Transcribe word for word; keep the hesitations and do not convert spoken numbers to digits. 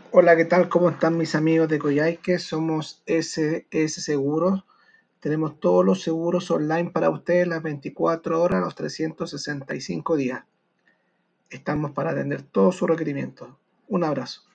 Hola, ¿qué tal? ¿Cómo están mis amigos de Coyhaique? Somos S S Seguros. Tenemos todos los seguros online para ustedes las veinticuatro horas, los trescientos sesenta y cinco días. Estamos para atender todos sus requerimientos. Un abrazo.